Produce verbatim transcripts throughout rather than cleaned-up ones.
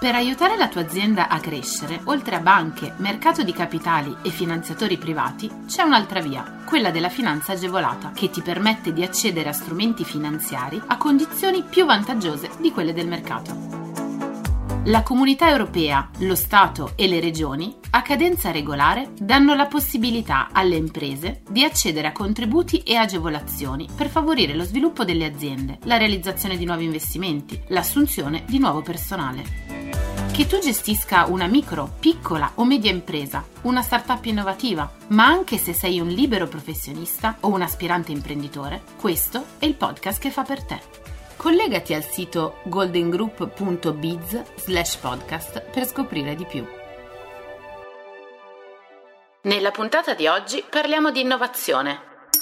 Per aiutare la tua azienda a crescere, oltre a banche, mercato di capitali e finanziatori privati, c'è un'altra via, quella della finanza agevolata, che ti permette di accedere a strumenti finanziari a condizioni più vantaggiose di quelle del mercato. La Comunità Europea, lo Stato e le Regioni, a cadenza regolare, danno la possibilità alle imprese di accedere a contributi e agevolazioni per favorire lo sviluppo delle aziende, la realizzazione di nuovi investimenti, l'assunzione di nuovo personale. Che tu gestisca una micro, piccola o media impresa, una startup innovativa, ma anche se sei un libero professionista o un aspirante imprenditore, questo è il podcast che fa per te. Collegati al sito goldengroup punto biz slash podcast per scoprire di più. Nella puntata di oggi parliamo di innovazione.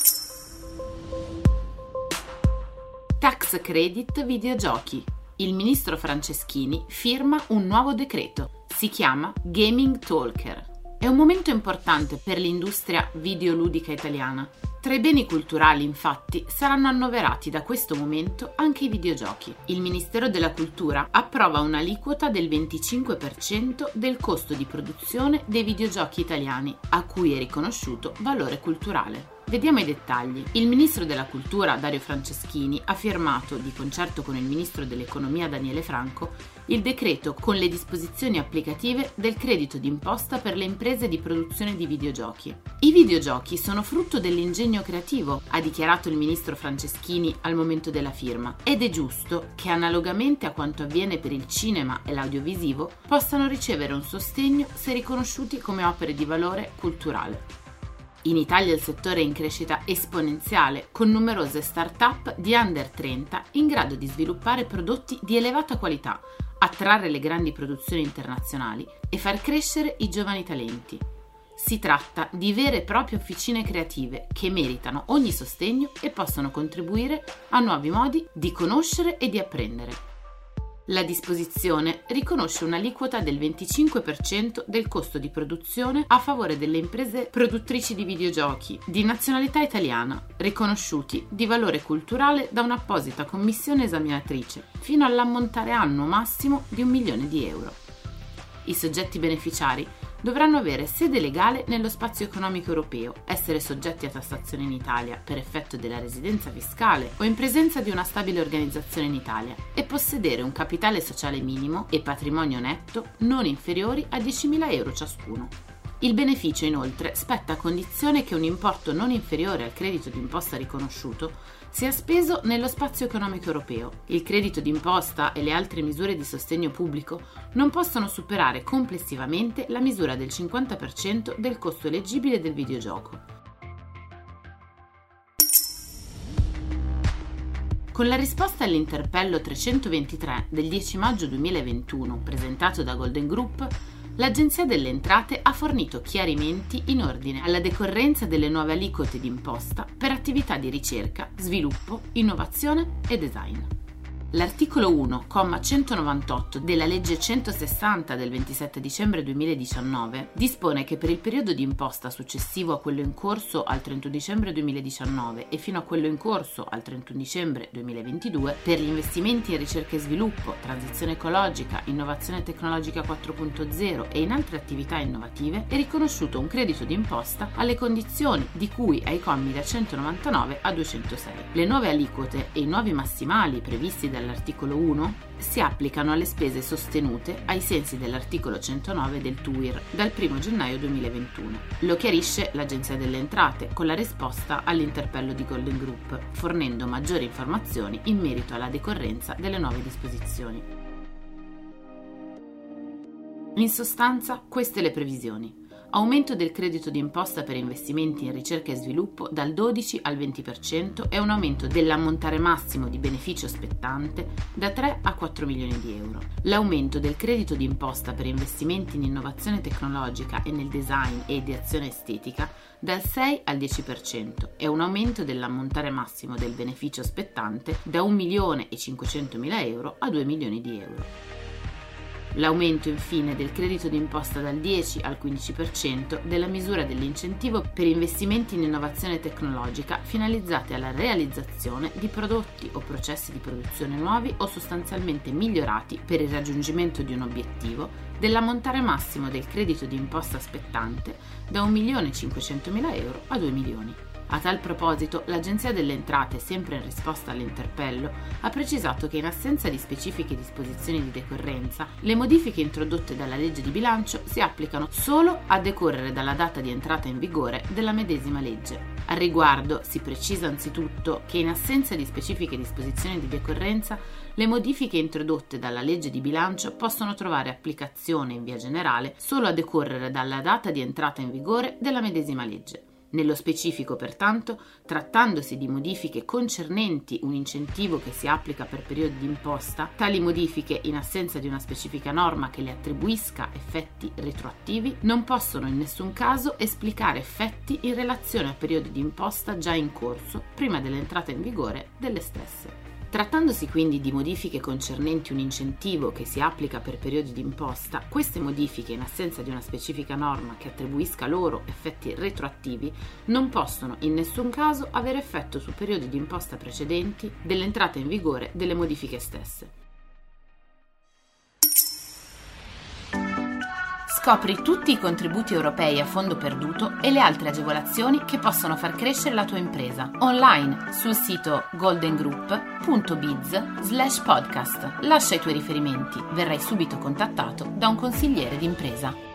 Tax credit videogiochi. Il ministro Franceschini firma un nuovo decreto. Si chiama Gaming Talker. È un momento importante per l'industria videoludica italiana. Tra i beni culturali, infatti, saranno annoverati da questo momento anche i videogiochi. Il Ministero della Cultura approva un'aliquota del venticinque per cento del costo di produzione dei videogiochi italiani, a cui è riconosciuto valore culturale. Vediamo i dettagli. Il ministro della Cultura, Dario Franceschini, ha firmato, di concerto con il ministro dell'Economia, Daniele Franco, il decreto con le disposizioni applicative del credito d'imposta per le imprese di produzione di videogiochi. I videogiochi sono frutto dell'ingegno creativo, ha dichiarato il ministro Franceschini al momento della firma, ed è giusto che, analogamente a quanto avviene per il cinema e l'audiovisivo, possano ricevere un sostegno se riconosciuti come opere di valore culturale. In Italia il settore è in crescita esponenziale, con numerose start-up di under trenta in grado di sviluppare prodotti di elevata qualità, attrarre le grandi produzioni internazionali e far crescere i giovani talenti. Si tratta di vere e proprie officine creative che meritano ogni sostegno e possono contribuire a nuovi modi di conoscere e di apprendere. La disposizione riconosce un'aliquota del venticinque per cento del costo di produzione a favore delle imprese produttrici di videogiochi di nazionalità italiana, riconosciuti di valore culturale da un'apposita commissione esaminatrice, fino all'ammontare annuo massimo di un milione di euro. I soggetti beneficiari dovranno avere sede legale nello spazio economico europeo, essere soggetti a tassazione in Italia per effetto della residenza fiscale o in presenza di una stabile organizzazione in Italia e possedere un capitale sociale minimo e patrimonio netto non inferiori a diecimila euro ciascuno. Il beneficio, inoltre, spetta a condizione che un importo non inferiore al credito d'imposta riconosciuto sia speso nello spazio economico europeo. Il credito d'imposta e le altre misure di sostegno pubblico non possono superare complessivamente la misura del cinquanta per cento del costo eleggibile del videogioco. Con la risposta all'interpello trecentoventitré del dieci maggio duemilaventuno presentato da Golden Group, l'Agenzia delle Entrate ha fornito chiarimenti in ordine alla decorrenza delle nuove aliquote d'imposta per attività di ricerca, sviluppo, innovazione e design. L'articolo uno, comma centonovantotto della legge centosessanta del ventisette dicembre duemiladiciannove dispone che per il periodo di imposta successivo a quello in corso al trentuno dicembre duemiladiciannove e fino a quello in corso al trentuno dicembre duemilaventidue, per gli investimenti in ricerca e sviluppo, transizione ecologica, innovazione tecnologica quattro punto zero e in altre attività innovative, è riconosciuto un credito d'imposta alle condizioni di cui ai commi da centonovantanove a duecentosei. Le nuove aliquote e i nuovi massimali previsti dalla L'articolo uno si applicano alle spese sostenute ai sensi dell'articolo centonove del T U I R dal primo gennaio duemilaventuno. Lo chiarisce l'Agenzia delle Entrate con la risposta all'interpello di Golden Group, fornendo maggiori informazioni in merito alla decorrenza delle nuove disposizioni. In sostanza, queste le previsioni. Aumento del credito d'imposta per investimenti in ricerca e sviluppo dal dodici al venti per cento e un aumento dell'ammontare massimo di beneficio spettante da tre a quattro milioni di euro. L'aumento del credito d'imposta per investimenti in innovazione tecnologica e nel design e ideazione estetica dal sei al dieci per cento e un aumento dell'ammontare massimo del beneficio spettante da un milione e cinquecentomila euro a due milioni di euro. L'aumento infine del credito d'imposta dal dieci al quindici per cento della misura dell'incentivo per investimenti in innovazione tecnologica finalizzati alla realizzazione di prodotti o processi di produzione nuovi o sostanzialmente migliorati per il raggiungimento di un obiettivo, dell'ammontare massimo del credito d'imposta spettante da un milione cinquecentomila euro a due milioni. A tal proposito, l'Agenzia delle Entrate, sempre in risposta all'interpello, ha precisato che in assenza di specifiche disposizioni di decorrenza, le modifiche introdotte dalla legge di bilancio si applicano solo a decorrere dalla data di entrata in vigore della medesima legge. Al riguardo si precisa anzitutto che in assenza di specifiche disposizioni di decorrenza, le modifiche introdotte dalla legge di bilancio possono trovare applicazione in via generale solo a decorrere dalla data di entrata in vigore della medesima legge. Nello specifico, pertanto, trattandosi di modifiche concernenti un incentivo che si applica per periodi di imposta, tali modifiche, in assenza di una specifica norma che le attribuisca effetti retroattivi, non possono in nessun caso esplicare effetti in relazione a periodi di imposta già in corso prima dell'entrata in vigore delle stesse. Trattandosi quindi di modifiche concernenti un incentivo che si applica per periodi di imposta, queste modifiche, in assenza di una specifica norma che attribuisca loro effetti retroattivi, non possono in nessun caso avere effetto su periodi di imposta precedenti dell'entrata in vigore delle modifiche stesse. Scopri tutti i contributi europei a fondo perduto e le altre agevolazioni che possono far crescere la tua impresa online sul sito goldengroup punto biz slash podcast. Lascia i tuoi riferimenti, verrai subito contattato da un consigliere d'impresa.